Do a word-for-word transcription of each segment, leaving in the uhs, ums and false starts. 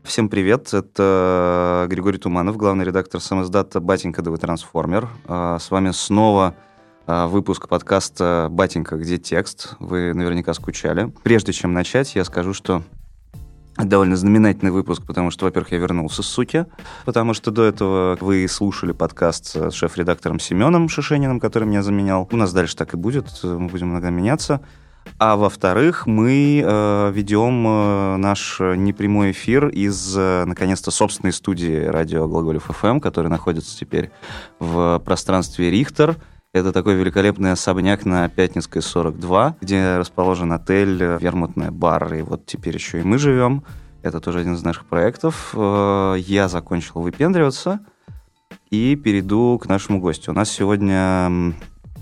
Всем привет, это Григорий Туманов, главный редактор самиздата «Батенька, да вы трансформер». С вами снова выпуск подкаста «Батенька, где текст?». Вы наверняка скучали. Прежде чем начать, я скажу, что это довольно знаменательный выпуск, потому что, во-первых, я вернулся с суки, потому что до этого вы слушали подкаст с шеф-редактором Семеном Шишениным, который меня заменял. У нас дальше так и будет, мы будем иногда меняться. А во-вторых, мы э, ведем э, наш непрямой эфир из, э, наконец-то, собственной студии радио Глаголев эф эм, который находится теперь в пространстве Рихтер. Это такой великолепный особняк на Пятницкой, сорок два, где расположен отель «Вермутная бар», и вот теперь еще и мы живем. Это тоже один из наших проектов. Э, я закончил выпендриваться и перейду к нашему гостю. У нас сегодня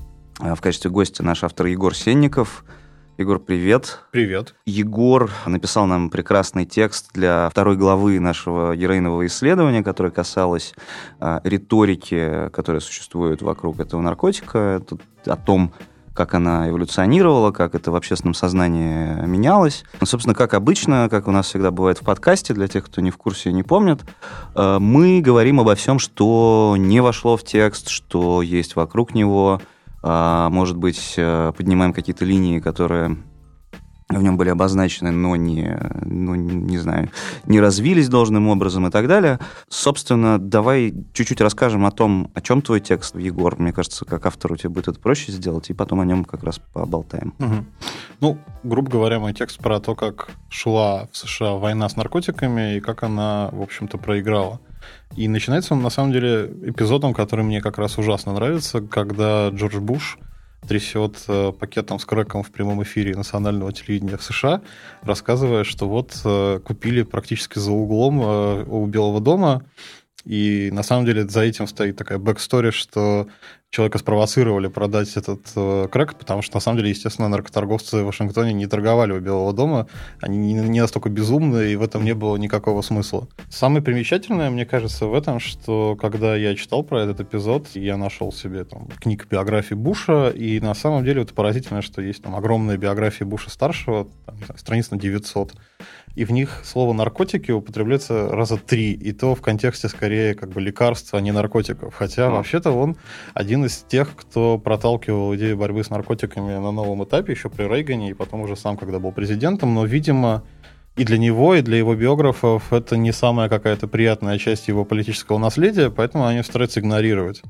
э, в качестве гостя наш автор Егор Сенников. Егор, привет. Привет. Егор написал нам прекрасный текст для второй главы нашего героинового исследования, которое касалось э, риторики, которая существует вокруг этого наркотика, тут, о том, как она эволюционировала, как это в общественном сознании менялось. Ну, собственно, как обычно, как у нас всегда бывает в подкасте, для тех, кто не в курсе и не помнит, э, мы говорим обо всем, что не вошло в текст, что есть вокруг него. Может быть, поднимаем какие-то линии, которые в нем были обозначены, но не, ну, не знаю, не развились должным образом и так далее. Собственно, давай чуть-чуть расскажем о том, о чем твой текст, Егор. Мне кажется, как автору тебе будет это проще сделать, и потом о нем как раз поболтаем. Угу. Ну, грубо говоря, мой текст про то, как шла в США война с наркотиками и как она, в общем-то, проиграла. И начинается он, на самом деле, эпизодом, который мне как раз ужасно нравится, когда Джордж Буш трясет пакетом с крэком в прямом эфире национального телевидения в США, рассказывая, что вот купили практически за углом у Белого дома, и на самом деле за этим стоит такая бэкстори, что человека спровоцировали продать этот э, крэк, потому что, на самом деле, естественно, наркоторговцы в Вашингтоне не торговали у Белого дома, они не, не настолько безумны, и в этом не было никакого смысла. Самое примечательное, мне кажется, в этом, что когда я читал про этот эпизод, я нашел себе там книг биографии Буша, и на самом деле это поразительно, что есть там огромная биография Буша-старшего, там, не знаю, страниц на девятьсот, и в них слово «наркотики» употребляется раза три, и то в контексте скорее как бы лекарства, а не наркотиков. Хотя mm. вообще-то он один из тех, кто проталкивал идею борьбы с наркотиками на новом этапе, еще при Рейгане, и потом уже сам, когда был президентом, но, видимо, и для него, и для его биографов это не самая какая-то приятная часть его политического наследия, поэтому они стараются игнорировать.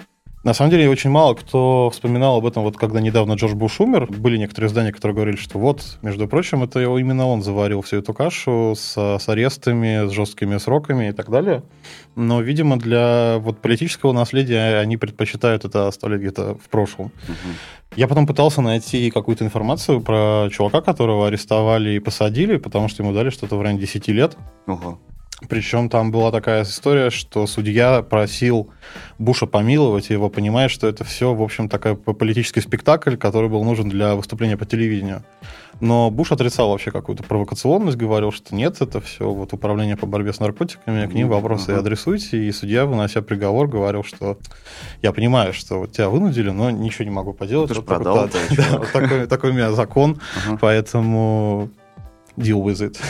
На самом деле, очень мало кто вспоминал об этом, вот когда недавно Джордж Буш умер. Были некоторые издания, которые говорили, что вот, между прочим, это именно он заварил всю эту кашу с, с арестами, с жесткими сроками и так далее. Но, видимо, для вот, политического наследия они предпочитают это оставлять где-то в прошлом. Uh-huh. Я потом пытался найти какую-то информацию про чувака, которого арестовали и посадили, потому что ему дали что-то в районе десяти лет. Uh-huh. Причем там была такая история, что судья просил Буша помиловать его, понимая, что это все, в общем, такой политический спектакль, который был нужен для выступления по телевидению. Но Буш отрицал вообще какую-то провокационность, говорил, что нет, это все вот управление по борьбе с наркотиками, к ним вопросы uh-huh. адресуйте. И судья, вынося приговор, говорил, что я понимаю, что вот тебя вынудили, но ничего не могу поделать. Ты вот продал, такой, да, да, вот такой, такой у меня закон, uh-huh. поэтому... Deal with it.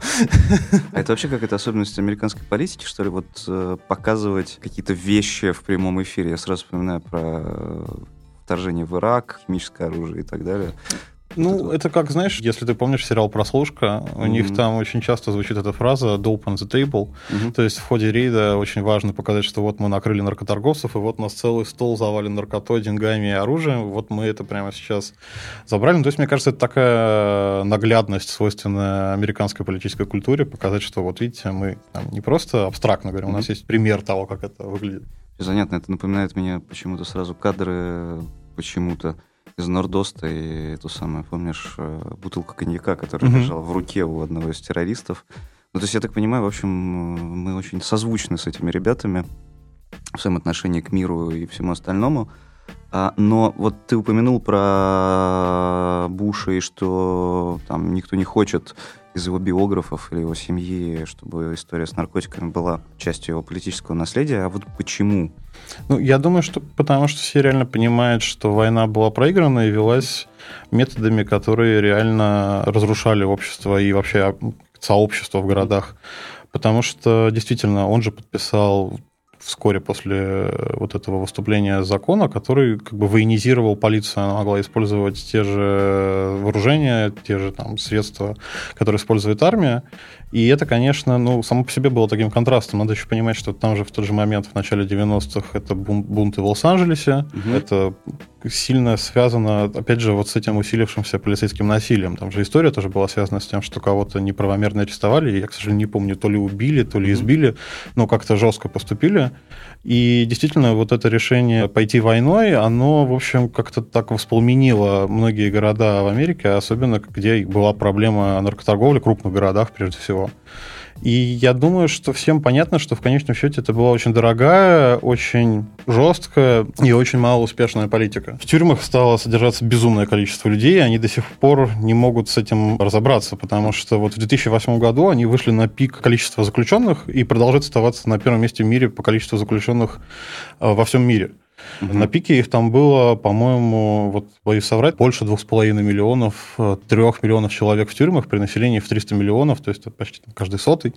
А это вообще какая-то особенность американской политики, что ли, вот э, показывать какие-то вещи в прямом эфире? Я сразу вспоминаю про вторжение в Ирак, химическое оружие и так далее. Ну, это как, знаешь, если ты помнишь сериал «Прослушка», у mm-hmm. них там очень часто звучит эта фраза «dope on the table». Mm-hmm. То есть в ходе рейда очень важно показать, что вот мы накрыли наркоторговцев, и вот у нас целый стол завален наркотой, деньгами и оружием, вот мы это прямо сейчас забрали. Ну, то есть, мне кажется, это такая наглядность, свойственная американской политической культуре, показать, что вот видите, мы там не просто абстрактно говорим, mm-hmm. у нас есть пример того, как это выглядит. Занятно, это напоминает мне почему-то сразу кадры почему-то из Нордоста и эту самую, помнишь, бутылку коньяка, которая mm-hmm. лежала в руке у одного из террористов. Ну, то есть, я так понимаю, в общем, мы очень созвучны с этими ребятами в своем отношении к миру и всему остальному. А, но вот ты упомянул про Буша и что там никто не хочет из его биографов или его семьи, чтобы история с наркотиками была частью его политического наследия. А вот почему? Ну, я думаю, что потому что все реально понимают, что война была проиграна и велась методами, которые реально разрушали общество и вообще сообщество в городах. потому что действительно он же подписал вскоре после вот этого выступления закона, который как бы военизировал полицию, она могла использовать те же вооружения, те же там средства, которые использует армия. И это, конечно, ну, само по себе было таким контрастом. Надо еще понимать, что там же в тот же момент, в начале девяностых, это бунты в Лос-Анджелесе. Угу. Это сильно связано, опять же, вот с этим усилившимся полицейским насилием. Там же история тоже была связана с тем, что кого-то неправомерно арестовали. Я, к сожалению, не помню, то ли убили, то ли избили, но как-то жестко поступили. И действительно, вот это решение пойти войной, оно, в общем, как-то так воспламенило многие города в Америке, особенно где была проблема наркоторговли, в крупных городах, прежде всего. И я думаю, что всем понятно, что в конечном счете это была очень дорогая, очень жесткая и очень малоуспешная политика. В тюрьмах стало содержаться безумное количество людей, и они до сих пор не могут с этим разобраться, потому что вот в две тысячи восьмом году они вышли на пик количества заключенных и продолжают оставаться на первом месте в мире по количеству заключенных во всем мире. Угу. На пике их там было, по-моему, вот боюсь соврать, больше двух с половиной миллионов, трех миллионов человек в тюрьмах при населении в триста миллионов, то есть почти каждый сотый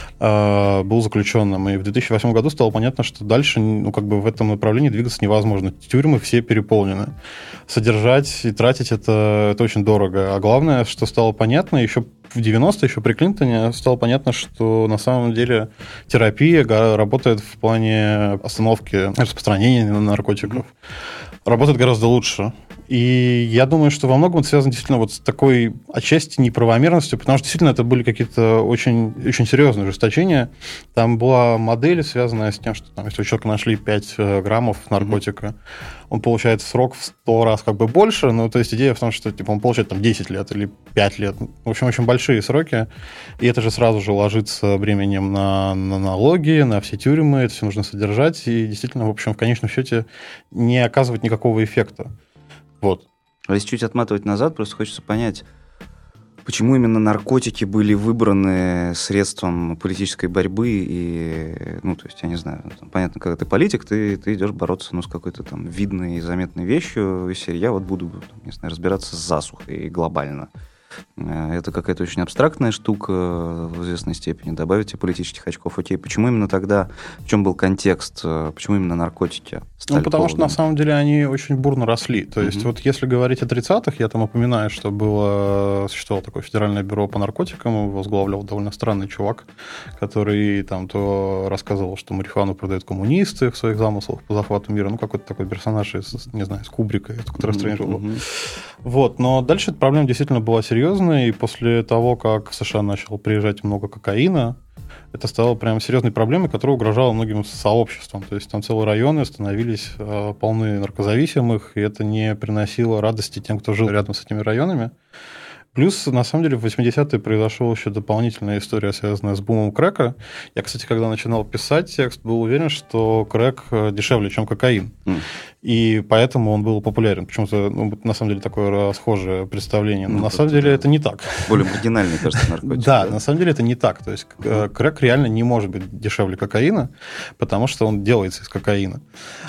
угу. был заключенным. И в две тысячи восьмом году стало понятно, что дальше, ну, как бы в этом направлении двигаться невозможно. Тюрьмы все переполнены. Содержать и тратить это, это очень дорого. А главное, что стало понятно, еще в девяностые, еще при Клинтоне, стало понятно, что на самом деле терапия работает в плане остановки распространения наркотиков. Работает гораздо лучше. И я думаю, что во многом это связано действительно вот с такой отчасти неправомерностью, потому что действительно это были какие-то очень, очень серьезные ужесточения. Там была модель, связанная с тем, что там, если у человека нашли пять граммов наркотика, mm-hmm. он получает срок в сто раз как бы больше. Ну, то есть идея в том, что типа, он получает там десять лет или пять лет. В общем, очень большие сроки. И это же сразу же ложится бременем на, на налоги, на все тюрьмы. Это все нужно содержать. И действительно, в общем, в конечном счете не оказывать никакого эффекта. Вот. А если чуть отматывать назад, просто хочется понять, почему именно наркотики были выбраны средством политической борьбы и, ну, то есть, я не знаю, там, понятно, когда ты политик, ты, ты идешь бороться, ну, с какой-то там видной и заметной вещью, и я вот буду, там, не знаю, разбираться с засухой глобально. Это какая-то очень абстрактная штука в известной степени. Добавите политических очков. Окей, почему именно тогда, в чем был контекст, почему именно наркотики стали Ну, потому поводом? что, на самом деле, они очень бурно росли. То есть, mm-hmm. вот если говорить о тридцатых, я там упоминаю, что было, существовало такое федеральное бюро по наркотикам, его возглавлял довольно странный чувак, который там то рассказывал, что марихуану продают коммунисты в своих замыслах по захвату мира, ну, какой-то такой персонаж из, не знаю, из Кубрика, который mm-hmm. был. Вот, но дальше эта проблема действительно была серьезная, и после того, как в США начало приезжать много кокаина, это стало прям серьезной проблемой, которая угрожала многим сообществам. То есть там целые районы становились э, полны наркозависимых, и это не приносило радости тем, кто жил рядом с этими районами. Плюс, на самом деле, в восьмидесятые произошла еще дополнительная история, связанная с бумом крэка. Я, кстати, когда начинал писать текст, был уверен, что крэк дешевле, чем кокаин. Mm. И поэтому он был популярен. Почему-то, ну, на самом деле, такое расхожее представление. Но ну, на самом деле это не так. Более маргинальный, кажется, наркотик. Да, на самом деле это не так. То есть крэк реально не может быть дешевле кокаина, потому что он делается из кокаина.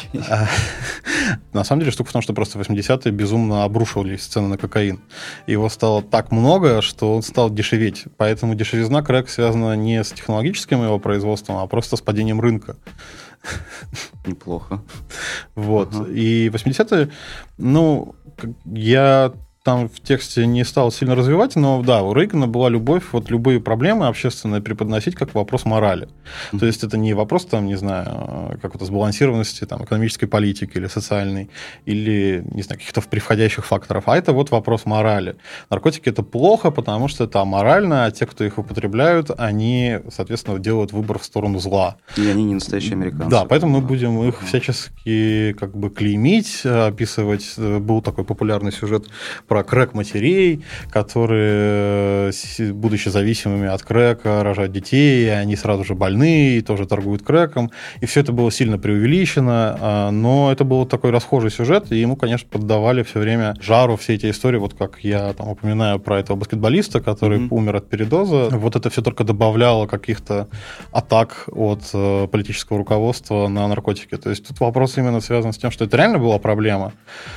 На самом деле штука в том, что просто в восьмидесятые безумно обрушивались цены на кокаин. Его стало так много, что он стал дешеветь. Поэтому дешевизна крэка связана не с технологическим его производством, а просто с падением рынка. Неплохо. Вот. Ага. И восьмидесятые, ну, я там в тексте не стал сильно развивать, но да, у Рейгана была любовь вот любые проблемы общественные преподносить как вопрос морали. Mm-hmm. То есть это не вопрос, там, не знаю, какой-то сбалансированности там, экономической политики или социальной, или, не знаю, каких-то превходящих факторов, а это вот вопрос морали. Наркотики – это плохо, потому что это аморально, а те, кто их употребляют, они, соответственно, делают выбор в сторону зла. И они не настоящие американцы. Да, поэтому мы будем их всячески как бы клеймить, описывать. Был такой популярный сюжет про крэк-матерей, которые, будучи зависимыми от крэка, рожают детей, и они сразу же больны, и тоже торгуют крэком. И все это было сильно преувеличено, но это был такой расхожий сюжет, и ему, конечно, поддавали все время жару все эти истории, вот как я там упоминаю про этого баскетболиста, который mm-hmm. умер от передоза. Вот это все только добавляло каких-то атак от политического руководства на наркотики. То есть тут вопрос именно связан с тем, что это реально была проблема.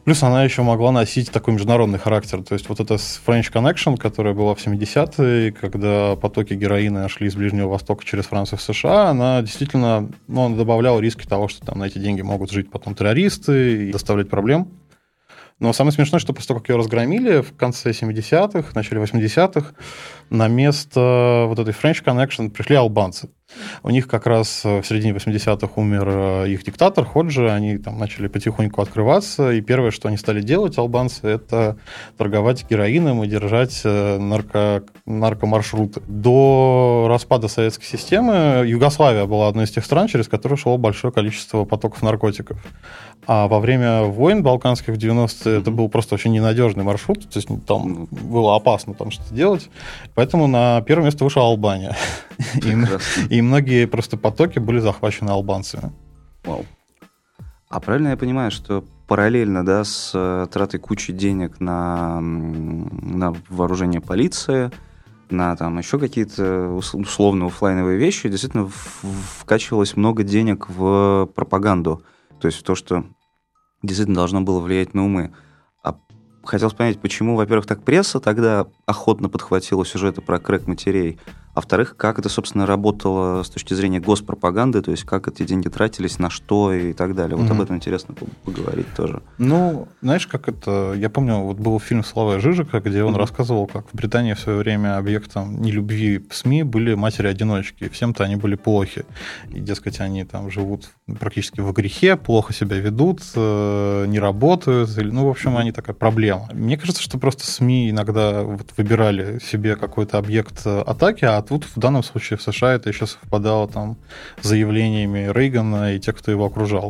Плюс она еще могла носить такой международный характер. То есть вот эта French Connection, которая была в семидесятые, когда потоки героина шли из Ближнего Востока через Францию в США, она действительно, ну, она добавляла риски того, что там на эти деньги могут жить потом террористы и доставлять проблем. Но самое смешное, что после того, как ее разгромили в конце семидесятых, в начале восьмидесятых, на место вот этой French Connection пришли албанцы. У них как раз в середине восьмидесятых умер их диктатор Ходжи, они там начали потихоньку открываться, и первое, что они стали делать, албанцы, это торговать героином и держать нарко... наркомаршруты. До распада советской системы Югославия была одной из тех стран, через которую шло большое количество потоков наркотиков. А во время войн балканских в девяностые mm-hmm. это был просто очень ненадежный маршрут, то есть там mm-hmm. было опасно там что-то делать, поэтому на первое место вышла Албания. И, и многие просто потоки были захвачены албанцами. Вау. А правильно я понимаю, что параллельно, да, с э, тратой кучи денег на, на вооружение полиции, на там еще какие-то условно офлайновые вещи, действительно в, вкачивалось много денег в пропаганду, то есть в то, что действительно должно было влиять на умы. А хотелось понять, почему, во-первых, так пресса тогда охотно подхватила сюжеты про крэк-матерей, а во-вторых, как это, собственно, работало с точки зрения госпропаганды, то есть как эти деньги тратились, на что и так далее. Вот mm-hmm. об этом интересно поговорить тоже. Ну, знаешь, как это... Я помню, вот был фильм Славы Жижика, где он mm-hmm. рассказывал, как в Британии в свое время объектом нелюбви СМИ были матери-одиночки, и всем-то они были плохи. И, дескать, они там живут практически во грехе, плохо себя ведут, не работают. Ну, в общем, они такая проблема. Мне кажется, что просто СМИ иногда вот выбирали себе какой-то объект атаки, а тут в данном случае в США это еще совпадало там с заявлениями Рейгана и тех, кто его окружал.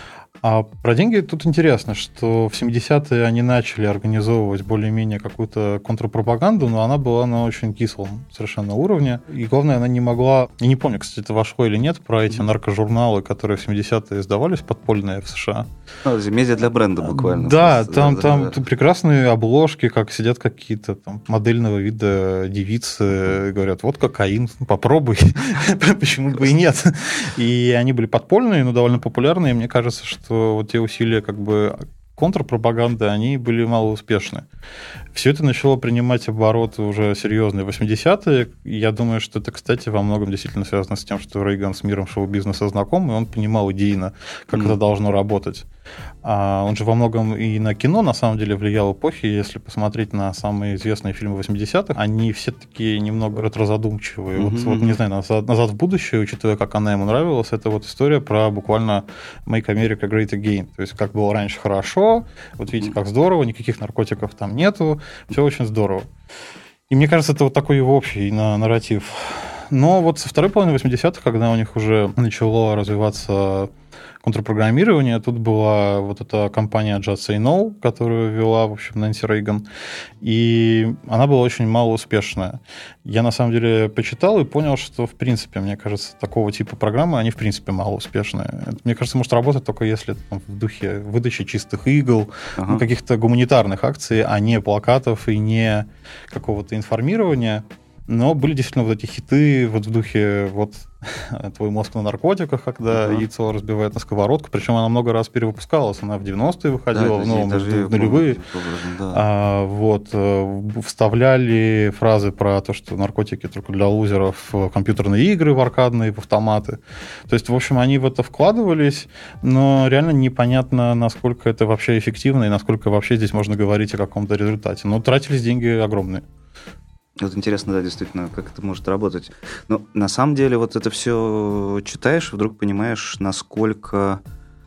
А про деньги тут интересно, что в семидесятые они начали организовывать более-менее какую-то контрпропаганду, но она была на очень кислом совершенно уровне. И главное, она не могла... Я не помню, кстати, это вошло или нет, про эти наркожурналы, которые в семидесятые издавались, подпольные в США. Ну, медиа для бренда буквально. Да, там, да, там да. прекрасные обложки, как сидят какие-то там модельного вида девицы, говорят, вот кокаин, попробуй, почему бы и нет. И они были подпольные, но довольно популярные. Мне кажется, что вот те усилия как бы контрпропаганды, они были малоуспешны. Все это начало принимать обороты уже серьезные в восьмидесятые. Я думаю, что это, кстати, во многом действительно связано с тем, что Рейган с миром шоу-бизнеса знаком, и он понимал идейно, как mm. это должно работать. А он же во многом и на кино, на самом деле, влиял эпохи. Если посмотреть на самые известные фильмы восьмидесятых, они все такие немного ретро-задумчивые. Mm-hmm. Вот, вот, не знаю, назад, «Назад в будущее», учитывая, как она ему нравилась, это вот история про буквально «Make America Great Again». То есть, как было раньше хорошо, вот видите, как здорово, никаких наркотиков там нету, все очень здорово. И мне кажется, это вот такой его общий нарратив. Но вот со второй половины восьмидесятых, когда у них уже начало развиваться контрпрограммирование, тут была вот эта компания Just Say No, которую вела, в общем, Нэнси Рейган, и она была очень малоуспешная. Я, на самом деле, почитал и понял, что, в принципе, мне кажется, такого типа программы, они, в принципе, малоуспешные. Это, мне кажется, может работать только если там, в духе выдачи чистых игл, ага. ну, каких-то гуманитарных акций, а не плакатов и не какого-то информирования. Но были действительно вот эти хиты вот в духе вот «Твой мозг на наркотиках», когда uh-huh. яйцо разбивает на сковородку. Причем она много раз перевыпускалась. Она в девяностые выходила, да, в новом, в нулевые. Да. А, вот, вставляли фразы про то, что наркотики только для лузеров, в компьютерные игры, в аркадные, в автоматы. То есть, в общем, они в это вкладывались, но реально непонятно, насколько это вообще эффективно и насколько вообще здесь можно говорить о каком-то результате. Но тратились деньги огромные. Вот интересно, да, действительно, как это может работать. Но на самом деле вот это все читаешь, вдруг понимаешь, насколько,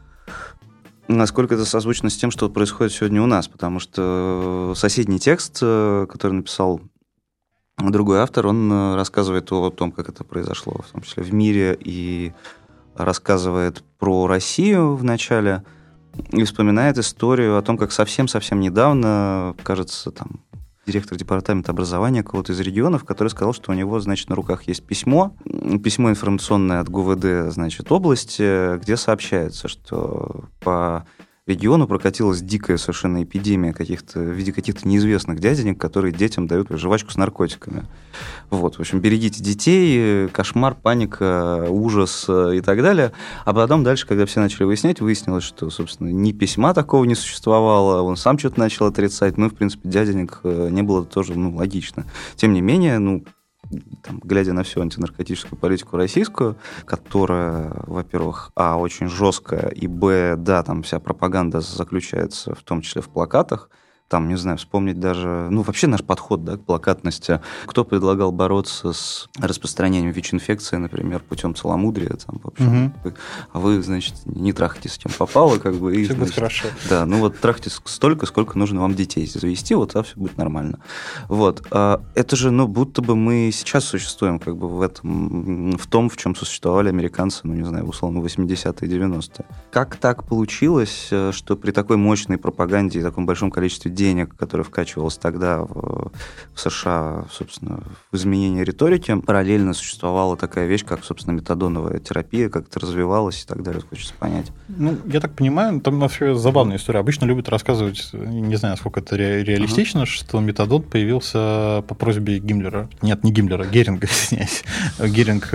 насколько это созвучно с тем, что происходит сегодня у нас. Потому что соседний текст, который написал другой автор, он рассказывает о том, как это произошло, в том числе в мире, и рассказывает про Россию в начале, и вспоминает историю о том, как совсем-совсем недавно, кажется, там, директор департамента образования кого-то из регионов, который сказал, что у него, значит, на руках есть письмо, письмо информационное от ГУВД, значит, области, где сообщается, что по региону прокатилась дикая совершенно эпидемия каких-то, в виде каких-то неизвестных дяденек, которые детям дают жвачку с наркотиками. Вот, в общем, берегите детей, кошмар, паника, ужас и так далее. А потом дальше, когда все начали выяснять, выяснилось, что, собственно, ни письма такого не существовало, он сам что-то начал отрицать, ну, в принципе, дяденек не было тоже, ну, логично. Тем не менее, ну, там, глядя на всю антинаркотическую политику российскую, которая, во-первых, а, очень жесткая, и, б, да, там вся пропаганда заключается в том числе в плакатах, там, не знаю, вспомнить даже, ну, вообще наш подход, да, к плакатности. Кто предлагал бороться с распространением ВИЧ-инфекции, например, путем целомудрия, там, в общем, угу. А вы, значит, не трахайтесь с кем попало, как бы. И, все значит, будет хорошо. Да, ну вот трахайтесь столько, сколько нужно вам детей завести, вот, а все будет нормально. Вот. А это же, ну, будто бы мы сейчас существуем, как бы, в этом, в том, в чем существовали американцы, ну, не знаю, условно, восьмидесятые, девяностые. Как так получилось, что при такой мощной пропаганде и таком большом количестве денег, которое вкачивалось тогда в, в США, собственно, в изменение риторики, параллельно существовала такая вещь, как, собственно, метадоновая терапия, как это развивалось и так далее, хочется понять. Ну, я так понимаю, там вообще забавная история. Обычно любят рассказывать, не знаю, насколько это ре- реалистично, ага. что метадон появился по просьбе Гиммлера. Нет, не Гиммлера, Геринга, извиняюсь. Геринг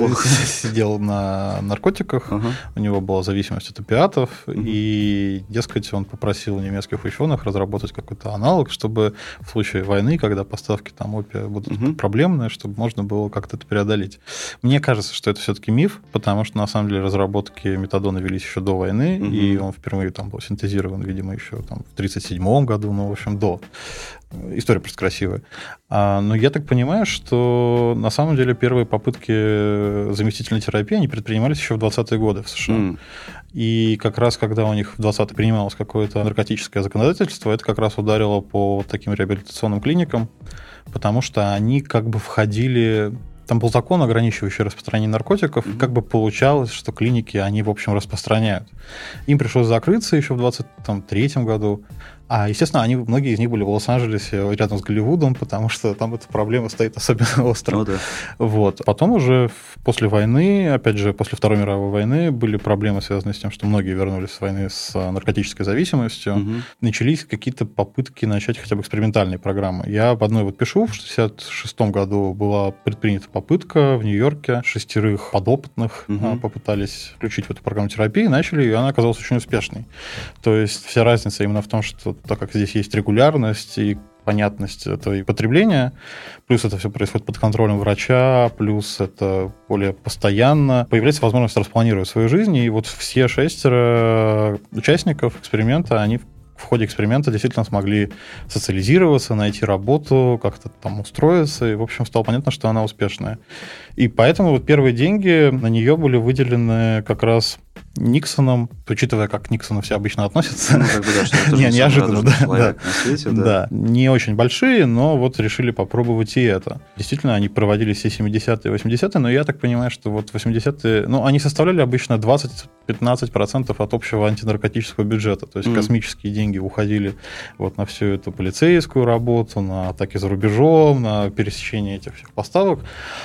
сидел на наркотиках, ага. у него была зависимость от опиатов, угу. и, дескать, он попросил немецких ученых разработать какой-то аналог, чтобы в случае войны, когда поставки там опия будут угу. проблемные, чтобы можно было как-то это преодолеть. Мне кажется, что это все-таки миф, потому что на самом деле разработки метадона велись еще до войны, угу. и он впервые там был синтезирован, видимо, еще там, в тридцать седьмом году, ну, в общем, до. История просто красивая. А, но я так понимаю, что на самом деле первые попытки заместительной терапии, они предпринимались еще в двадцатые годы в США. Mm. И как раз, когда у них в двадцатые принималось какое-то наркотическое законодательство, это как раз ударило по таким реабилитационным клиникам, потому что они как бы входили... Там был закон, ограничивающий распространение наркотиков, mm-hmm. и как бы получалось, что клиники, они, в общем, распространяют. Им пришлось закрыться еще в двадцать третьем году. А, естественно, они, многие из них были в Лос-Анджелесе, рядом с Голливудом, потому что там эта проблема стоит особенно остро. Ну, да. Вот. Потом уже после войны, опять же, после Второй мировой войны, были проблемы, связанные с тем, что многие вернулись с войны с наркотической зависимостью. Угу. Начались какие-то попытки начать хотя бы экспериментальные программы. Я об одной вот пишу. В шестьдесят шестом году была предпринята попытка в Нью-Йорке. Шестерых подопытных угу. попытались включить в эту программу терапии, начали, и она оказалась очень успешной. То есть вся разница именно в том, что так как здесь есть регулярность и понятность этого потребления, плюс это все происходит под контролем врача, плюс это более постоянно, появляется возможность распланировать свою жизнь, и вот все шестеро участников эксперимента, они в ходе эксперимента действительно смогли социализироваться, найти работу, как-то там устроиться, и, в общем, стало понятно, что она успешная. И поэтому вот первые деньги на нее были выделены как раз Никсоном, учитывая, как к Никсону все обычно относятся. Ну, как бы, да, что это не, неожиданно, да, да. На свете, да. Да, не очень большие, но вот решили попробовать и это. Действительно, они проводились все семидесятые и восьмидесятые, но я так понимаю, что вот восьмидесятые, ну, они составляли обычно двадцать-пятнадцать процентов от общего антинаркотического бюджета, то есть mm. космические деньги уходили вот на всю эту полицейскую работу, на атаки за рубежом, на пересечение этих всех поставок.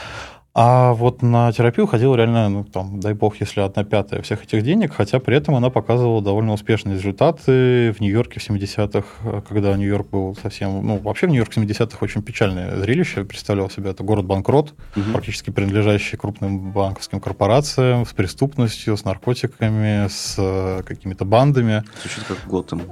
А вот на терапию ходила реально, ну, там, дай бог, если одна пятая всех этих денег, хотя при этом она показывала довольно успешные результаты в Нью-Йорке в семидесятых, когда Нью-Йорк был совсем... Ну, вообще в Нью-Йорк в семидесятых очень печальное зрелище представлял себя. Это город-банкрот, угу. практически принадлежащий крупным банковским корпорациям, с преступностью, с наркотиками, с какими-то бандами. Звучит как Готэм.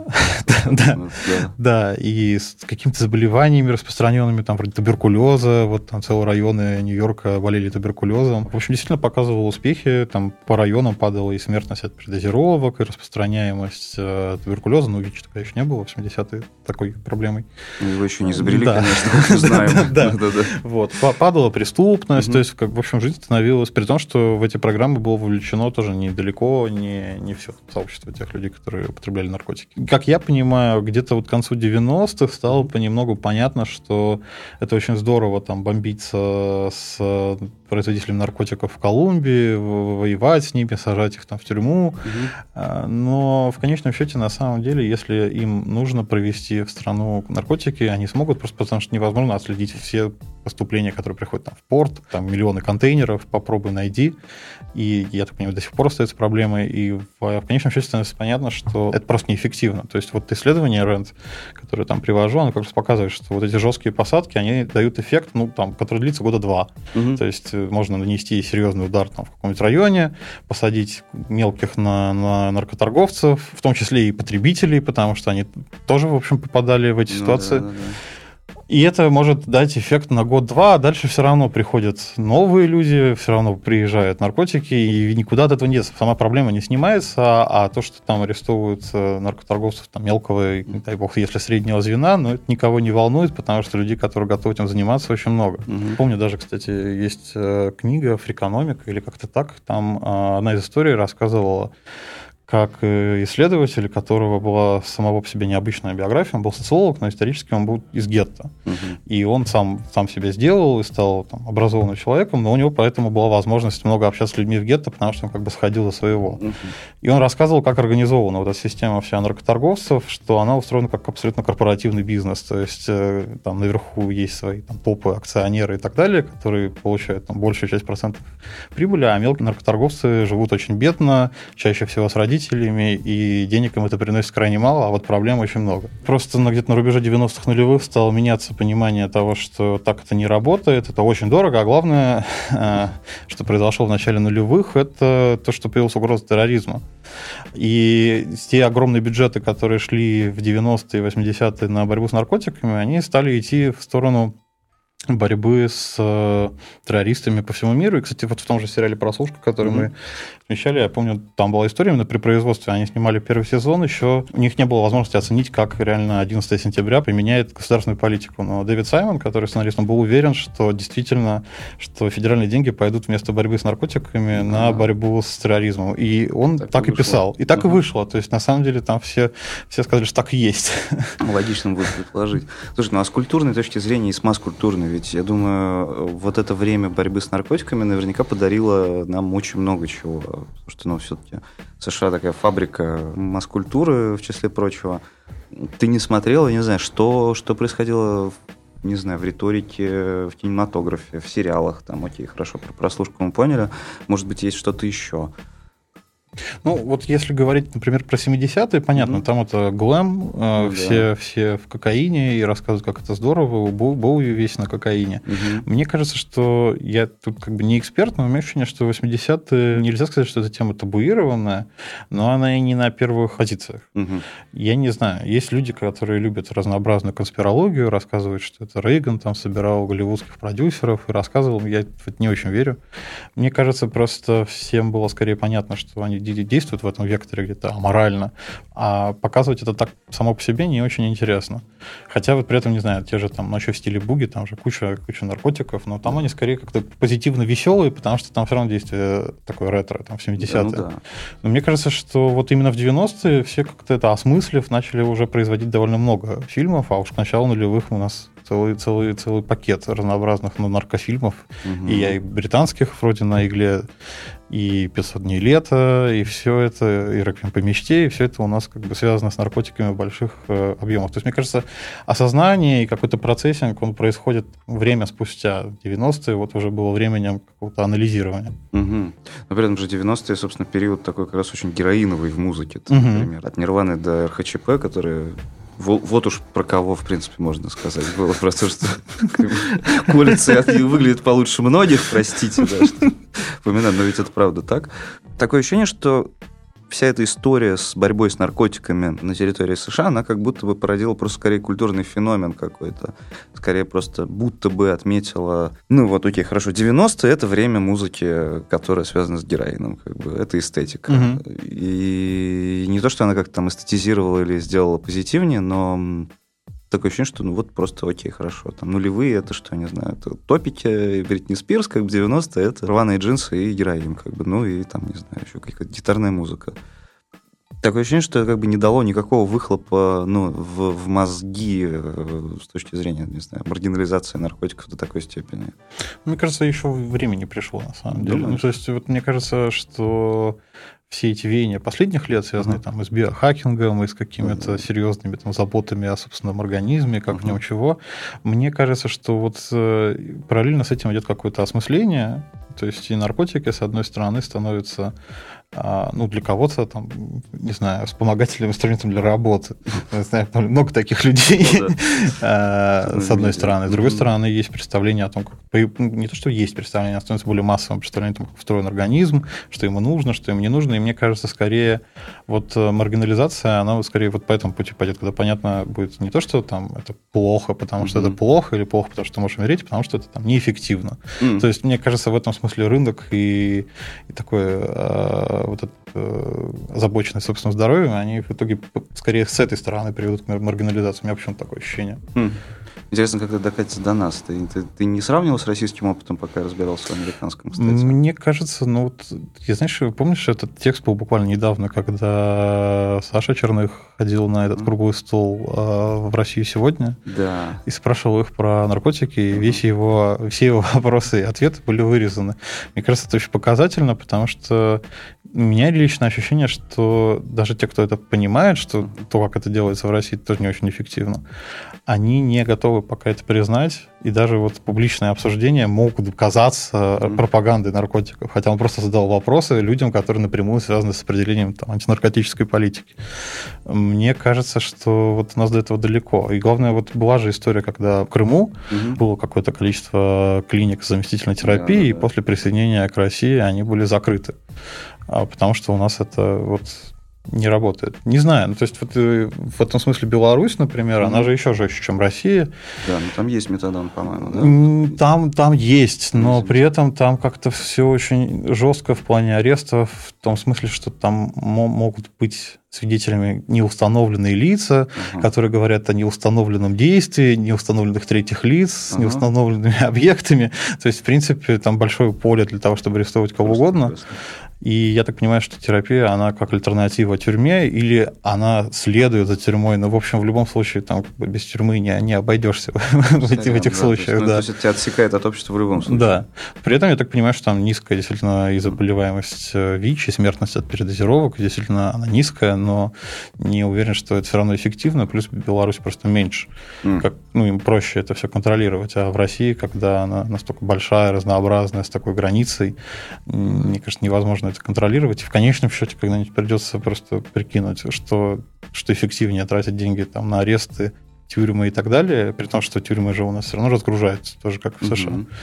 Да, и с какими-то заболеваниями распространенными, там, вроде туберкулеза, вот там целые районы Нью-Йорка болели туберкулезом. В общем, действительно показывал успехи. Там по районам падала и смертность от передозировок, и распространяемость э, туберкулеза. Ну, ВИЧ тогда еще не было в восьмидесятые такой проблемой. Его еще не изобрели, да. конечно, знаем. Да, вот. Падала преступность. То есть, в общем, жизнь становилась... При том, что в эти программы было вовлечено тоже недалеко не, не все сообщество тех людей, которые употребляли наркотики. Как я понимаю, где-то вот к концу девяностых стало понемногу понятно, что это очень здорово там бомбиться с производителям наркотиков в Колумбии, воевать с ними, сажать их там в тюрьму. Угу. Но в конечном счете, на самом деле, если им нужно провести в страну наркотики, они смогут, просто потому что невозможно отследить все поступления, которые приходят там, в порт, там миллионы контейнеров, попробуй найди. И, я так понимаю, до сих пор остается проблемой. И в, в конечном счете становится понятно, что это просто неэффективно. То есть вот исследование Rand, которое там привожу, оно как раз показывает, что вот эти жесткие посадки, они дают эффект, ну, там, который длится года два. Угу. То есть можно нанести серьезный удар там, в каком-нибудь районе, посадить мелких на, на наркоторговцев, в том числе и потребителей, потому что они тоже, в общем, попадали в эти ну, ситуации. Да, да, да. И это может дать эффект на год-два, а дальше все равно приходят новые люди, все равно приезжают наркотики, и никуда от этого нет. Сама проблема не снимается, а то, что там арестовывают наркоторговцев там, мелкого, не дай бог, если среднего звена, но это никого не волнует, потому что людей, которые готовы этим заниматься, очень много. Угу. Помню даже, кстати, есть книга «Фрикономика» или как-то так, там одна из историй рассказывала, как исследователь, у которого была самого по себе необычная биография, он был социолог, но исторически он был из гетто. Угу. И он сам, сам себя сделал и стал там, образованным человеком, но у него поэтому была возможность много общаться с людьми в гетто, потому что он как бы сходил до своего. Угу. И он рассказывал, как организована вот эта система вся наркоторговцев, что она устроена как абсолютно корпоративный бизнес. То есть там наверху есть свои там, топы, акционеры и так далее, которые получают там, большую часть процентов прибыли, а мелкие наркоторговцы живут очень бедно, чаще всего с родителями, и денег им это приносит крайне мало, а вот проблем очень много. Просто на, где-то на рубеже девяностых нулевых стало меняться понимание того, что так это не работает, это очень дорого, а главное, что произошло в начале нулевых, это то, что появилась угроза терроризма. И те огромные бюджеты, которые шли в девяностые и восьмидесятые на борьбу с наркотиками, они стали идти в сторону борьбы с э, террористами по всему миру. И, кстати, вот в том же сериале «Прослушка», который mm-hmm. мы отмечали, я помню, там была история именно при производстве. Они снимали первый сезон, еще у них не было возможности оценить, как реально одиннадцатого сентября применяет государственную политику. Но Дэвид Саймон, который сценарист, он был уверен, что действительно, что федеральные деньги пойдут вместо борьбы с наркотиками mm-hmm. на борьбу с терроризмом. И он так, так и, и писал. И так mm-hmm. и вышло. То есть, на самом деле, там все, все сказали, что так и есть. Логично будет предположить. Слушай, ну а с культурной точки зрения и с масс-культурной, ведь, я думаю, вот это время борьбы с наркотиками наверняка подарило нам очень много чего. Потому что, ну, все-таки США такая фабрика масс-культуры, в числе прочего. Ты не смотрела, не знаю, что, что происходило, не знаю, в риторике, в кинематографе, в сериалах. Там, окей, хорошо, про прослушку мы поняли. Может быть, есть что-то еще. Ну, вот если говорить, например, про семидесятые, понятно, mm-hmm. там это глэм, э, ну, все, да. все в кокаине и рассказывают, как это здорово, Боуи весь на кокаине. Mm-hmm. Мне кажется, что я тут как бы не эксперт, но у меня ощущение, что восьмидесятые, нельзя сказать, что эта тема табуированная, но она и не на первых позициях. Mm-hmm. Я не знаю, есть люди, которые любят разнообразную конспирологию, рассказывают, что это Рейган там собирал голливудских продюсеров и рассказывал, я в это не очень верю. Мне кажется, просто всем было скорее понятно, что они действуют в этом векторе где-то аморально, а показывать это так само по себе не очень интересно. Хотя вот при этом, не знаю, те же там «Ночью в стиле буги», там же куча, куча наркотиков, но там они скорее как-то позитивно веселые, потому что там все равно действие такое ретро, там в семидесятые. Да, ну да. Но мне кажется, что вот именно в девяностые все как-то это осмыслив, начали уже производить довольно много фильмов, а уж к началу нулевых у нас целый, целый, целый пакет разнообразных ну, наркофильмов, угу. и я и британских вроде «На игле», и «пятьсот дней лета», и все это, и «Реквием по мечте», и все это у нас как бы связано с наркотиками в больших э, объемах. То есть, мне кажется, осознание и какой-то процессинг, он происходит время спустя. девяностые вот уже было временем какого-то анализирования. Угу. Но при этом же девяностые, собственно, период такой как раз очень героиновый в музыке. Угу. Например, от Нирваны до эр ха че пэ, которые... Вот уж про кого, в принципе, можно сказать. Было про то, что колется и выглядит получше многих, простите, да, что упоминаю, но ведь это правда так. Такое ощущение, что вся эта история с борьбой с наркотиками на территории США, она как будто бы породила просто скорее культурный феномен какой-то. Скорее просто будто бы отметила... Ну вот, окей, хорошо, девяностые — это время музыки, которая связана с героином. Как бы, это эстетика. Угу. И не то, что она как-то там эстетизировала или сделала позитивнее, но... Такое ощущение, что ну вот просто окей, хорошо. Там нулевые — это что, не знаю, это топики, Бритни Спирс, как бы девяностые — это рваные джинсы и героин, как бы, ну и там, не знаю, еще какая-то гитарная музыка. Такое ощущение, что это как бы не дало никакого выхлопа ну, в, в мозги с точки зрения, не знаю, маргинализации наркотиков до такой степени. Мне кажется, еще время не пришло, на самом деле. Ну, то есть, вот мне кажется, что все эти веяния последних лет, связанные uh-huh. там и с биохакингом, и с какими-то uh-huh. серьезными там заботами о собственном организме, как uh-huh. в нем чего, мне кажется, что вот параллельно с этим идет какое-то осмысление. То есть и наркотики, с одной стороны, становятся, ну, для кого-то, там, не знаю, вспомогательным инструментом для работы. Знаю, много таких людей, ну, да. с одной стороны. С другой стороны, есть представление о том, как... Не то, что есть представление, а становится более массовым представление о том, как устроен организм, что ему нужно, что ему не нужно. И мне кажется, скорее, вот маргинализация, она скорее вот по этому пути пойдет, когда понятно будет не то, что там это плохо, потому что mm-hmm. это плохо, или плохо, потому что ты можешь умереть, потому что это там неэффективно. Mm-hmm. То есть, мне кажется, в этом смысле рынок и, и такое э, вот это, э, озабоченность собственным здоровьем, они в итоге скорее с этой стороны приведут к маргинализации. У меня почему-то такое ощущение. Mm. Интересно, как это докатится до нас. Ты, ты, ты не сравнивал с российским опытом, пока разбирался в американском, кстати? Мне кажется, ну вот, я, знаешь, помнишь, этот текст был буквально недавно, когда Саша Черных ходил на этот круглый стол э, в Россию сегодня, да. и спрашивал их про наркотики, и весь его, все его вопросы и ответы были вырезаны. Мне кажется, это очень показательно, потому что у меня личное ощущение, что даже те, кто это понимает, что то, как это делается в России, тоже не очень эффективно, они не готовы пока это признать, и даже вот публичные обсуждения могут казаться mm-hmm. пропагандой наркотиков, хотя он просто задал вопросы людям, которые напрямую связаны с определением там, антинаркотической политики. Мне кажется, что вот у нас до этого далеко. И главное, вот была же история, когда в Крыму mm-hmm. было какое-то количество клиник заместительной терапии, yeah, и yeah. после присоединения к России они были закрыты, потому что у нас это вот... не работает. Не знаю. Ну, то есть вот в этом смысле Беларусь, например, mm-hmm. она же еще жестче, чем Россия. Да, но там есть метадон, по-моему, да? Там, там есть, но есть. При этом там как-то все очень жестко в плане арестов, в том смысле, что там могут быть свидетелями неустановленные лица, uh-huh. которые говорят о неустановленном действии, неустановленных третьих лиц, uh-huh. с неустановленными объектами. То есть, в принципе, там большое поле для того, чтобы арестовать кого просто угодно. Просто. И я так понимаю, что терапия, она как альтернатива тюрьме, или она следует за тюрьмой. Но, в общем, в любом случае, там без тюрьмы не, не обойдешься в этих, в этих да, случаях. То есть, ну, да. то есть это тебя отсекает от общества в любом случае. Да. При этом я так понимаю, что там низкая действительно и заболеваемость ВИЧ, и смертность от передозировок. Действительно, она низкая, но не уверен, что это все равно эффективно. Плюс Беларусь просто меньше. Mm. Как, ну, им проще это все контролировать. А в России, когда она настолько большая, разнообразная, с такой границей, мне кажется, невозможно это контролировать, и в конечном счете когда-нибудь придется просто прикинуть, что, что эффективнее тратить деньги там, на аресты, тюрьмы и так далее, при том, что тюрьмы же у нас все равно разгружаются, тоже как в США. Mm-hmm.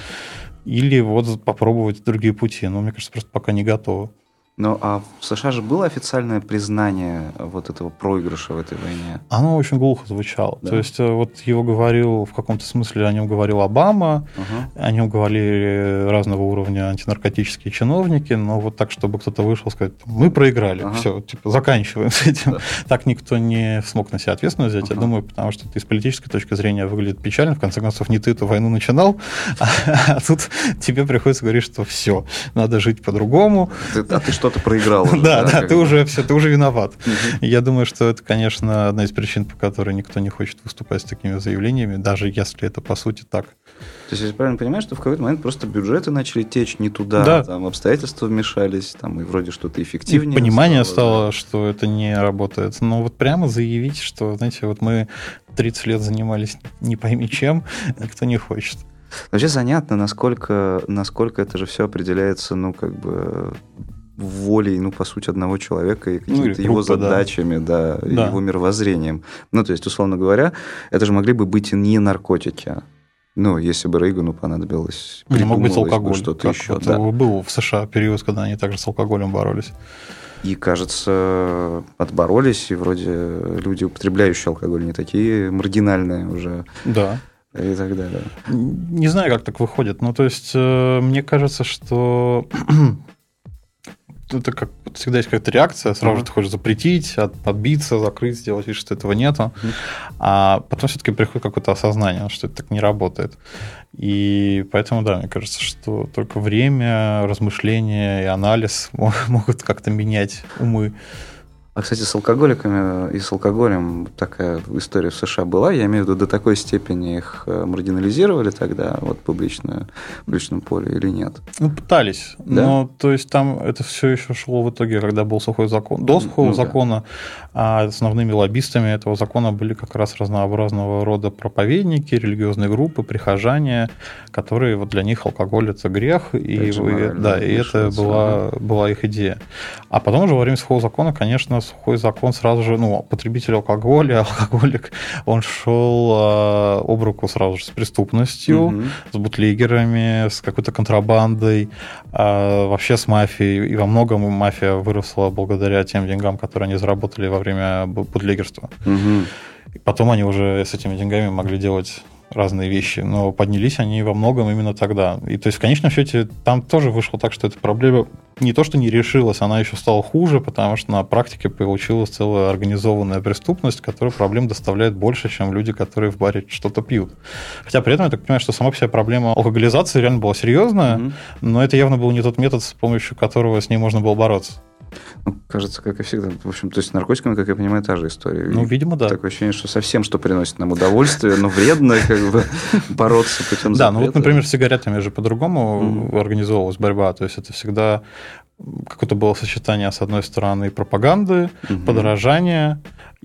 Или вот попробовать другие пути, но мне кажется, просто пока не готовы. Ну, а в США же было официальное признание вот этого проигрыша в этой войне? Оно очень глухо звучало. Да. То есть вот его говорил, в каком-то смысле о нем говорил Обама, uh-huh. о нем говорили разного уровня антинаркотические чиновники, но вот так, чтобы кто-то вышел и сказать, мы проиграли, uh-huh. все, типа, заканчиваем с этим. Да. Так никто не смог на себя ответственность взять, uh-huh. я думаю, потому что это с политической точки зрения выглядит печально. В конце концов, не ты эту войну начинал, а, а тут тебе приходится говорить, что все, надо жить по-другому. Ты, а ты что? Ты проиграл уже. Да, да, ты уже все, ты уже виноват. Я думаю, что это, конечно, одна из причин, по которой никто не хочет выступать с такими заявлениями, даже если это по сути так. То есть я правильно понимаю, что в какой-то момент просто бюджеты начали течь не туда, да. там обстоятельства вмешались, там и вроде что-то эффективнее. И понимание стало, стало да. что это не работает. Но вот прямо заявить, что, знаете, вот мы тридцать лет занимались не пойми чем, никто не хочет. Вообще занятно, насколько, насколько это же все определяется, ну, как бы... волей, ну, по сути, одного человека и какими-то ну, группа, его задачами, да, да, да. его мировоззрением. Ну, то есть, условно говоря, это же могли бы быть и не наркотики. Ну, если бы Рейгану понадобилось, не мог быть алкоголь, что-то еще. Вот да. Был в США период, когда они также с алкоголем боролись. И, кажется, отборолись, и вроде люди, употребляющие алкоголь, не такие маргинальные уже. Да. И так далее. Не знаю, как так выходит. Ну, то есть, мне кажется, что... это как всегда есть какая-то реакция, сразу uh-huh. же ты хочешь запретить, от, отбиться, закрыть, сделать вид, что этого нету. Uh-huh. А потом все-таки приходит какое-то осознание, что это так не работает. И поэтому, да, мне кажется, что только время, размышления и анализ могут как-то менять умы. А, кстати, с алкоголиками и с алкоголем такая история в США была. Я имею в виду, до такой степени их маргинализировали тогда вот, в публичном поле или нет? Ну, пытались. Да? Но, то есть, там это все еще шло в итоге, когда был сухой закон. До сухого ну, закона да. основными лоббистами этого закона были как раз разнообразного рода проповедники, религиозные группы, прихожане, которые вот для них алкоголь – это грех. И, и, да, и это была, была их идея. А потом уже во время сухого закона, конечно, сухой закон сразу же, ну, потребитель алкоголя, алкоголик, он шел э, об руку сразу же с преступностью, угу. с бутлегерами, с какой-то контрабандой, э, вообще с мафией. И во многом мафия выросла благодаря тем деньгам, которые они заработали во время бутлегерства. Угу. И потом они уже с этими деньгами могли делать разные вещи, но поднялись они во многом именно тогда. И то есть в конечном счете там тоже вышло так, что эта проблема не то, что не решилась, она еще стала хуже, потому что на практике получилась целая организованная преступность, которая проблем доставляет больше, чем люди, которые в баре что-то пьют. Хотя при этом я так понимаю, что сама по себе проблема алкоголизации реально была серьезная, mm-hmm. но это явно был не тот метод, с помощью которого с ней можно было бороться. Ну, кажется, как и всегда. В общем, то есть с наркотиками, как я понимаю, та же история. Ну, видимо, да. Такое ощущение, что совсем, что приносит нам удовольствие, но вредно как бы бороться путем запрета. Да, ну вот, например, с сигаретами же по-другому организовывалась борьба. То есть это всегда какое-то было сочетание, с одной стороны, пропаганды, подорожания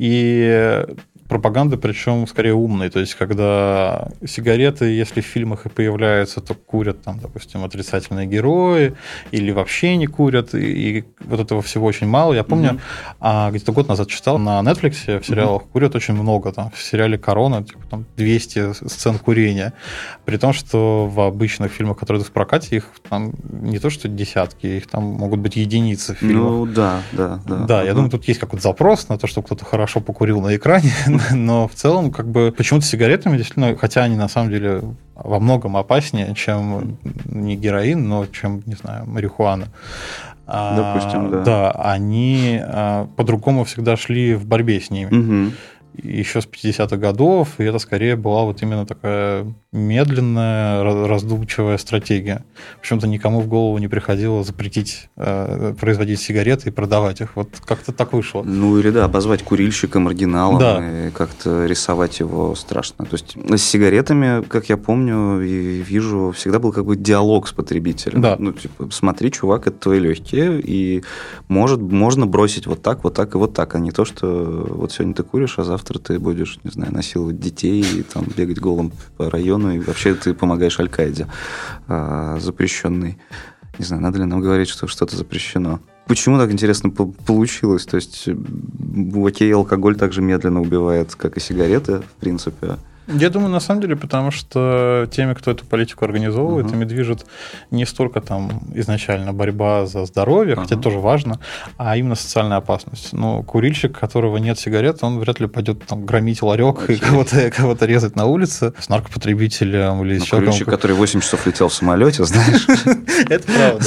и пропаганды, причем скорее умной. То есть, когда сигареты, если в фильмах и появляются, то курят, там, допустим, отрицательные герои, или вообще не курят, и, и вот этого всего очень мало. Я помню, mm-hmm. а, где-то год назад читал, на Netflix в сериалах mm-hmm. курят очень много. Там, в сериале «Корона» типа, там, двести сцен курения. При том, что в обычных фильмах, которые идут в прокате, их там не то что десятки, их там могут быть единицы в фильмах. Ну, да, да. Да, да uh-huh. я думаю, тут есть какой-то запрос на то, чтобы кто-то хорошо покурил на экране, но в целом, как бы, почему-то сигаретами, действительно, хотя они на самом деле во многом опаснее, чем не героин, но чем, не знаю, марихуана. Допустим, да. Да, они по-другому всегда шли в борьбе с ними. Угу. Еще с пятидесятых годов, и это скорее была вот именно такая медленная, раздумчивая стратегия. Почему-то никому в голову не приходило запретить э, производить сигареты и продавать их. Вот как-то так вышло. Ну или да, обозвать курильщика маргиналом, да. И как-то рисовать его страшно. То есть с сигаретами, как я помню и вижу, всегда был как бы диалог с потребителем. Да. Ну типа, смотри, чувак, это твои легкие, и может, можно бросить вот так, вот так и вот так, а не то, что вот сегодня ты куришь, а завтра ты будешь, не знаю, насиловать детей и там бегать голым по району, и вообще ты помогаешь Аль-Каиде а, запрещенной. Не знаю, надо ли нам говорить, что что-то запрещено. Почему так интересно получилось? То есть, окей, алкоголь так же медленно убивает, как и сигареты, в принципе. Я думаю, на самом деле, потому что теми, кто эту политику организовывает, uh-huh. ими движет не столько там изначально борьба за здоровье, uh-huh. хотя это тоже важно, а именно социальная опасность. Ну, курильщик, у которого нет сигарет, он вряд ли пойдет там громить ларек okay. и кого-то, кого-то резать на улице с наркопотребителем или с человеком. Курильщик, который восемь часов летел в самолете, знаешь. Это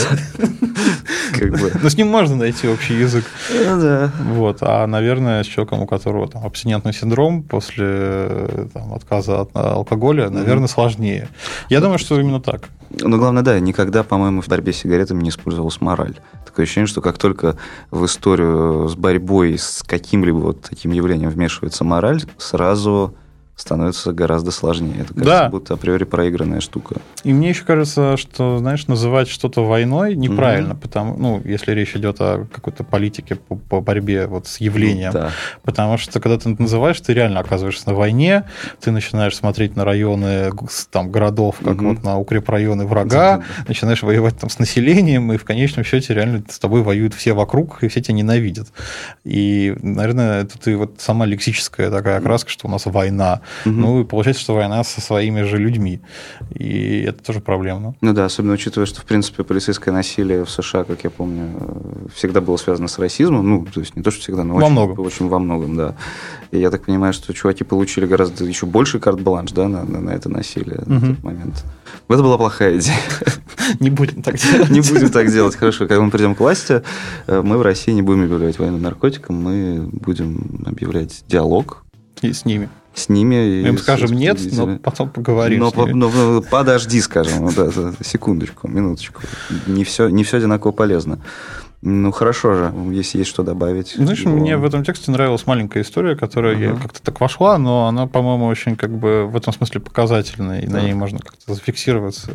правда. Но с ним можно найти общий язык. Да. Вот. А, наверное, с человеком, у которого там абстинентный синдром после отказа от алкоголя, наверное, mm-hmm. сложнее. Я думаю, что именно так. Но главное, да, никогда, по-моему, в борьбе с сигаретами не использовалась мораль. Такое ощущение, что как только в историю с борьбой с каким-либо вот таким явлением вмешивается мораль, сразу становится гораздо сложнее. Это, кажется, да. будто априори проигранная штука. И мне еще кажется, что, знаешь, называть что-то войной неправильно, mm-hmm. потому, ну, если речь идет о какой-то политике по, по борьбе вот с явлением. Да. Потому что, когда ты называешь, ты реально оказываешься на войне, ты начинаешь смотреть на районы там, городов, как mm-hmm. вот на укрепрайоны врага, mm-hmm. начинаешь воевать там с населением, и в конечном счете реально с тобой воюют все вокруг, и все тебя ненавидят. И, наверное, это и вот сама лексическая такая окраска, что у нас война. Угу. Ну, и получается, что война со своими же людьми. И это тоже проблемно. Ну да, особенно учитывая, что, в принципе, полицейское насилие в США, как я помню, всегда было связано с расизмом. Ну, то есть не то, что всегда, но во очень, многом. очень во многом, да. И я так понимаю, что чуваки получили гораздо еще больше карт-бланш, да, на, на, на это насилие угу. на тот момент. Это была плохая идея. Не будем так делать. Не будем так делать. Хорошо, когда мы придем к власти, мы в России не будем объявлять войну наркотикам, мы будем объявлять диалог. И с ними. С ними. Мы им скажем нет, но потом поговорим но, с ними. Но, но подожди, скажем, да, секундочку, минуточку. Не все, не все одинаково полезно. Ну, хорошо же, если есть что добавить. Знаешь, его... мне в этом тексте нравилась маленькая история, которая uh-huh. как-то так вошла, но она, по-моему, очень как бы в этом смысле показательная, и uh-huh. на ней можно как-то зафиксироваться.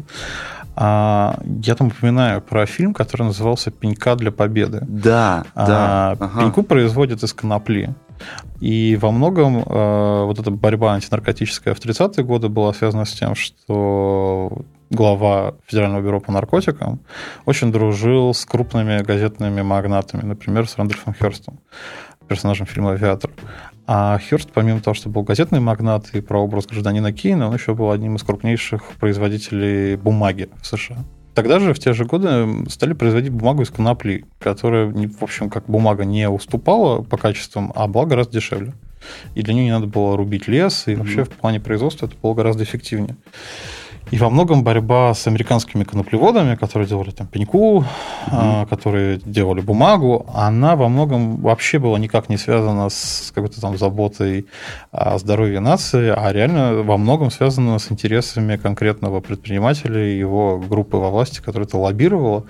А, я там упоминаю про фильм, который назывался «Пенька для победы». Да, а, да. Ага. Пеньку производят из конопли. И во многом э, вот эта борьба антинаркотическая в тридцатые годы была связана с тем, что глава Федерального бюро по наркотикам очень дружил с крупными газетными магнатами, например, с Рэндольфом Хёрстом, персонажем фильма «Авиатор». А Хёрст, помимо того, что был газетный магнат и прообраз гражданина Кейна, он еще был одним из крупнейших производителей бумаги в США. Тогда же, в те же годы, стали производить бумагу из конопли, которая, в общем, как бумага не уступала по качествам, а была гораздо дешевле. И для нее не надо было рубить лес, и вообще mm-hmm. в плане производства это было гораздо эффективнее. И во многом борьба с американскими коноплеводами, которые делали там пеньку, mm-hmm. которые делали бумагу, она во многом вообще была никак не связана с какой-то там заботой о здоровье нации, а реально во многом связана с интересами конкретного предпринимателя и его группы во власти, которая это лоббировала.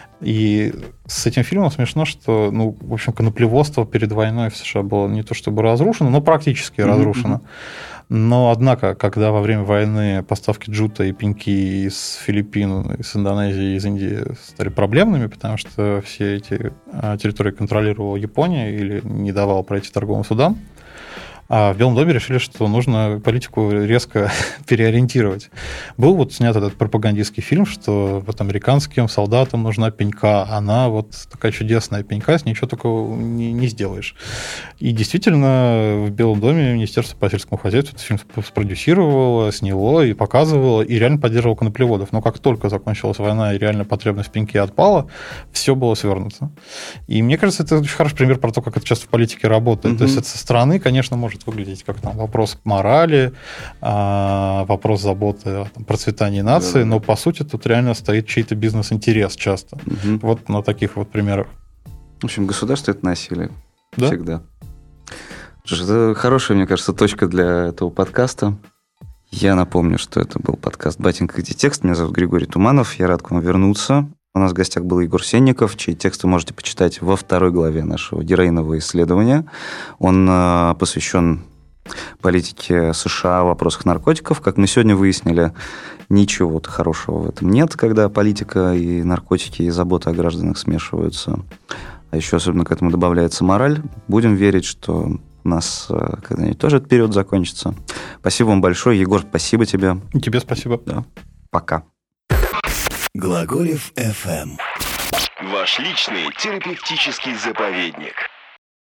И с этим фильмом смешно, что, ну, в общем, коноплеводство перед войной в США было не то чтобы разрушено, но практически mm-hmm. разрушено. Но, однако, когда во время войны поставки джута и пеньки из Филиппин, из Индонезии, из Индии стали проблемными, потому что все эти территории контролировала Япония или не давала пройти торговым судам, а в Белом доме решили, что нужно политику резко переориентировать. Был вот снят этот пропагандистский фильм, что вот американским солдатам нужна пенька, она вот такая чудесная пенька, с ней ничего такого не, не сделаешь. И действительно, в Белом доме Министерство по сельскому хозяйству этот фильм спродюсировало, сняло и показывало, и реально поддерживало коноплеводов. Но как только закончилась война и реально потребность в пеньке отпала, все было свернуто. И мне кажется, это очень хороший пример про то, как это часто в политике работает. Mm-hmm. То есть это со стороны, конечно, может выглядеть как там вопрос морали, вопрос заботы о там, процветании нации, да, но по сути тут реально стоит чей-то бизнес-интерес часто. Угу. Вот на таких вот примерах. В общем, государство – это насилие. Да? Всегда. Это хорошая, мне кажется, точка для этого подкаста. Я напомню, что это был подкаст «Батенька, где текст». Меня зовут Григорий Туманов. Я рад к вам вернуться. У нас в гостях был Егор Сенников, чей текст вы можете почитать во второй главе нашего героинового исследования. Он э, посвящен политике США в вопросах наркотиков. Как мы сегодня выяснили, ничего хорошего в этом нет, когда политика и наркотики и забота о гражданах смешиваются. А еще особенно к этому добавляется мораль. Будем верить, что у нас э, когда-нибудь тоже этот период закончится. Спасибо вам большое. Егор, спасибо тебе. И тебе спасибо. Да. Пока. Глаголев эф эм. Ваш личный терапевтический заповедник.